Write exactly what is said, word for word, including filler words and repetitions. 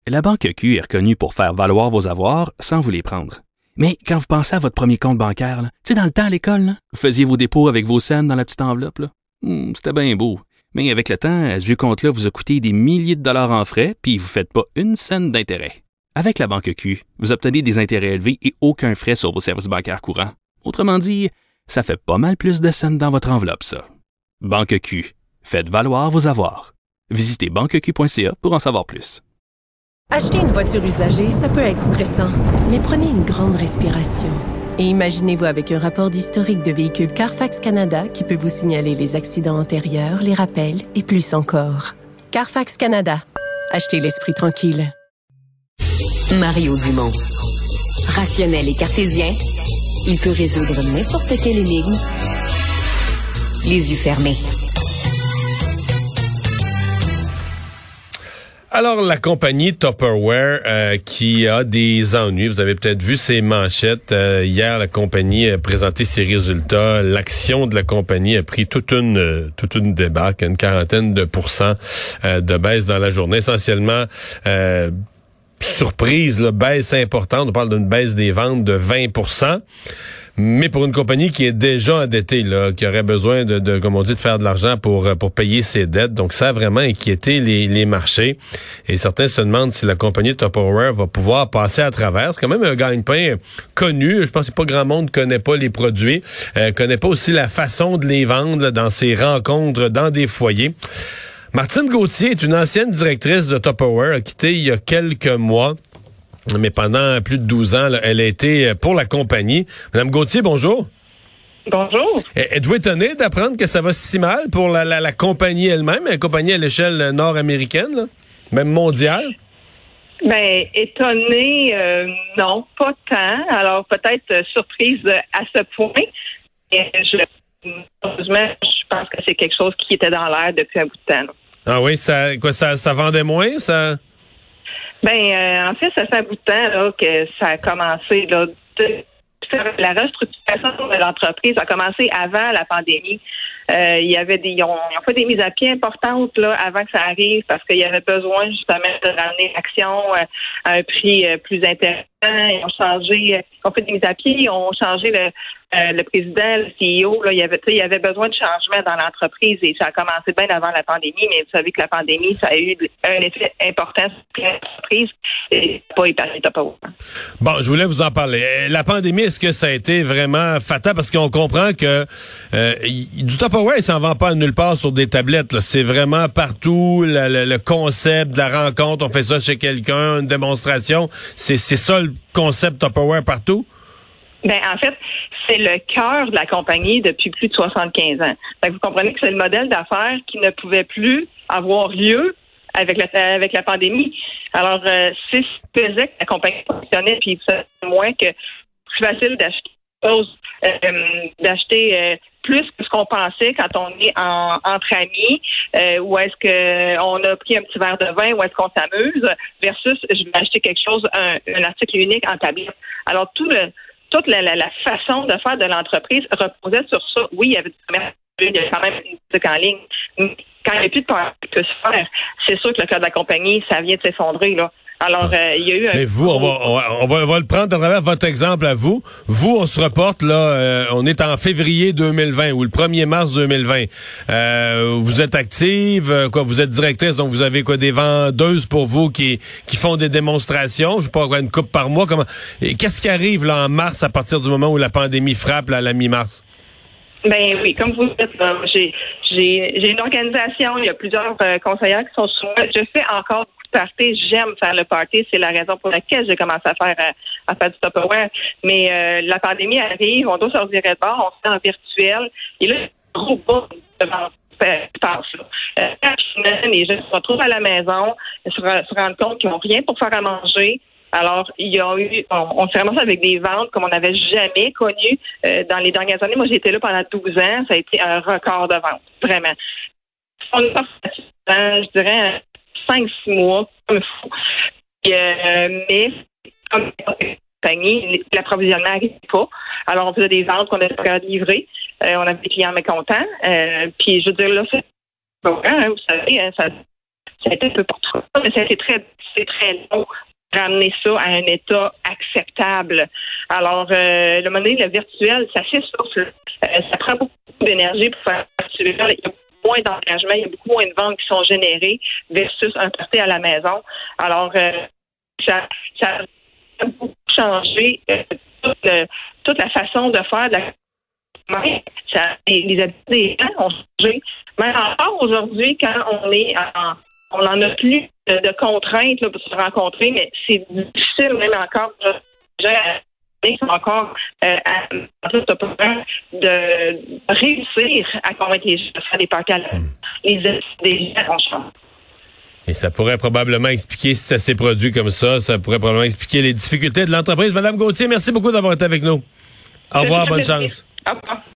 La Banque Q est reconnue pour faire valoir vos avoirs sans vous les prendre. Mais quand vous pensez à votre premier compte bancaire, tu sais, dans le temps à l'école, là, vous faisiez vos dépôts avec vos scènes dans la petite enveloppe. Là. Hum, c'était bien beau. Mais avec le temps, à ce vieux compte-là vous a coûté des milliers de dollars en frais, puis vous ne faites pas une scène d'intérêt. Avec la Banque Q, vous obtenez des intérêts élevés et aucun frais sur vos services bancaires courants. Autrement dit, ça fait pas mal plus de scènes dans votre enveloppe, ça. Banque Q. Faites valoir vos avoirs. Visitez banque q point c a pour en savoir plus. Acheter une voiture usagée, ça peut être stressant, mais prenez une grande respiration. Et imaginez-vous avec un rapport d'historique de véhicule Carfax Canada qui peut vous signaler les accidents antérieurs, les rappels et plus encore. Carfax Canada. Achetez l'esprit tranquille. Mario Dumont. Rationnel et cartésien, il peut résoudre n'importe quelle énigme les yeux fermés. Alors, la compagnie Tupperware euh, qui a des ennuis. Vous avez peut-être vu ses manchettes. Euh, hier, la compagnie a présenté ses résultats. L'action de la compagnie a pris toute une euh, toute une débâcle, une quarantaine de pourcents euh, de baisse dans la journée. Essentiellement, euh, surprise, là, baisse importante. On parle d'une baisse des ventes de vingt pour cent. Mais pour une compagnie qui est déjà endettée, là, qui aurait besoin de, de, comme on dit, de faire de l'argent pour pour payer ses dettes, donc ça a vraiment inquiété les, les marchés. Et certains se demandent si la compagnie Tupperware va pouvoir passer à travers. C'est quand même un gagne-pain connu. Je pense que pas grand monde connaît pas les produits, euh, connaît pas aussi la façon de les vendre là, dans ses rencontres, dans des foyers. Martine Gauthier est une ancienne directrice de Tupperware, a quitté il y a quelques mois. Mais pendant plus de douze ans, là, elle a été pour la compagnie. Madame Gauthier, bonjour. Bonjour. Êtes-vous étonnée d'apprendre que ça va si mal pour la, la, la compagnie elle-même, la compagnie à l'échelle nord-américaine, là, même mondiale? Ben, étonnée, euh, non, pas tant. Alors, peut-être euh, surprise euh, à ce point. Et je, heureusement, je pense que c'est quelque chose qui était dans l'air depuis un bout de temps. Là. Ah oui, ça, quoi, ça, ça vendait moins, ça? Ben, euh, en fait, ça fait un bout de temps là, que ça a commencé. Là, de, la restructuration de l'entreprise a commencé avant la pandémie. Euh, il y avait des, ils ont, ils ont fait des mises à pied importantes là avant que ça arrive parce qu'il y avait besoin justement de ramener l'action euh, à un prix euh, plus intéressant. Ils ont changé, euh, ils ont fait des mises à pied, ils ont changé le, euh, le président, le C E O. Là, il y avait, il y avait besoin de changement dans l'entreprise et ça a commencé bien avant la pandémie. Mais vous savez que la pandémie, ça a eu un effet important sur l'entreprise et pas épargné Tupperware. Bon, je voulais vous en parler. La pandémie, est-ce que ça a été vraiment fatal parce qu'on comprend que euh, du Tupperware, il s'en vend pas nulle part sur des tablettes. Là. C'est vraiment partout le, le, le concept de la rencontre. On fait ça chez quelqu'un, une démonstration. C'est, c'est ça le concept Tupperware partout? Ben en fait, c'est le cœur de la compagnie depuis plus de soixante-quinze ans. Fait que vous comprenez que c'est le modèle d'affaires qui ne pouvait plus avoir lieu avec la avec la pandémie. Alors, euh, c'est ce qui faisait que la compagnie fonctionnait, puis c'est moins que plus facile d'acheter choses, euh, d'acheter euh, plus que ce qu'on pensait quand on est en, entre amis, euh, ou est-ce que on a pris un petit verre de vin, ou est-ce qu'on s'amuse, versus je vais acheter quelque chose, un, un article unique en tablette. Alors tout le toute la, la, la façon de faire de l'entreprise reposait sur ça. Oui, il y avait du commerce, il y avait quand même une boutique en ligne. Mais quand il n'y a plus de commerce qui peut se faire, c'est sûr que le cœur de la compagnie, ça vient de s'effondrer, là. Alors, euh, il y a eu un... Mais vous, on va, on va, on va, on va le prendre à travers votre exemple à vous. Vous, on se reporte, là, euh, on est en février deux mille vingt ou le premier mars deux mille vingt. Euh, vous êtes active, euh, quoi, vous êtes directrice, donc vous avez quoi, des vendeuses pour vous qui, qui font des démonstrations, je sais pas quoi, une coupe par mois. Comment, et qu'est-ce qui arrive, là, en mars, à partir du moment où la pandémie frappe, là, à la mi-mars? Ben oui, comme vous dites, là, j'ai, j'ai, j'ai une organisation, il y a plusieurs euh, conseillères qui sont sous moi. Je fais encore beaucoup de parties, j'aime faire le party, c'est la raison pour laquelle j'ai commencé à faire euh, à faire du Tupperware. Mais euh, la pandémie arrive, on doit se revirer de bord, on se fait en virtuel, et là, gros bas devant passe, là. Euh, chaque semaine, les gens se retrouvent à la maison, se, se rendent compte qu'ils n'ont rien pour faire à manger. Alors, il y a eu, on, on s'est ramassé avec des ventes comme on n'avait jamais connues euh, dans les dernières années. Moi, j'ai été là pendant douze ans. Ça a été un record de vente, vraiment. On est pas je dirais, cinq six mois, comme fou. Et, euh, mais, comme compagnie, l'approvisionnement n'arrive pas. Alors, on faisait des ventes qu'on n'avait pas livrées. Euh, on avait des clients mécontents. Euh, puis, je veux dire, là, c'est bon, hein, vous savez, hein, ça ça a été un peu pour tout ça, mais ça a été très, c'est très long ramener ça à un état acceptable. Alors, euh, le monnaie, le virtuel, ça s'essouffle. Euh, ça prend beaucoup d'énergie pour faire le virtuel. Il y a moins d'engagement, il y a beaucoup moins de ventes qui sont générées versus un party à la maison. Alors, euh, ça, ça a beaucoup changé euh, toute, le, toute la façon de faire de la ça, les, les habitudes des gens ont changé. Mais encore aujourd'hui, quand on est en on n'en a plus de, de contraintes là, pour se rencontrer, mais c'est difficile même encore ils sont encore euh, à, de réussir à convaincre les gens de faire des parties à la mmh. Les des gens ont changé. Et ça pourrait probablement expliquer, si ça s'est produit comme ça, ça pourrait probablement expliquer les difficultés de l'entreprise. Madame Gauthier, merci beaucoup d'avoir été avec nous. Au revoir, bonne chance. Au revoir.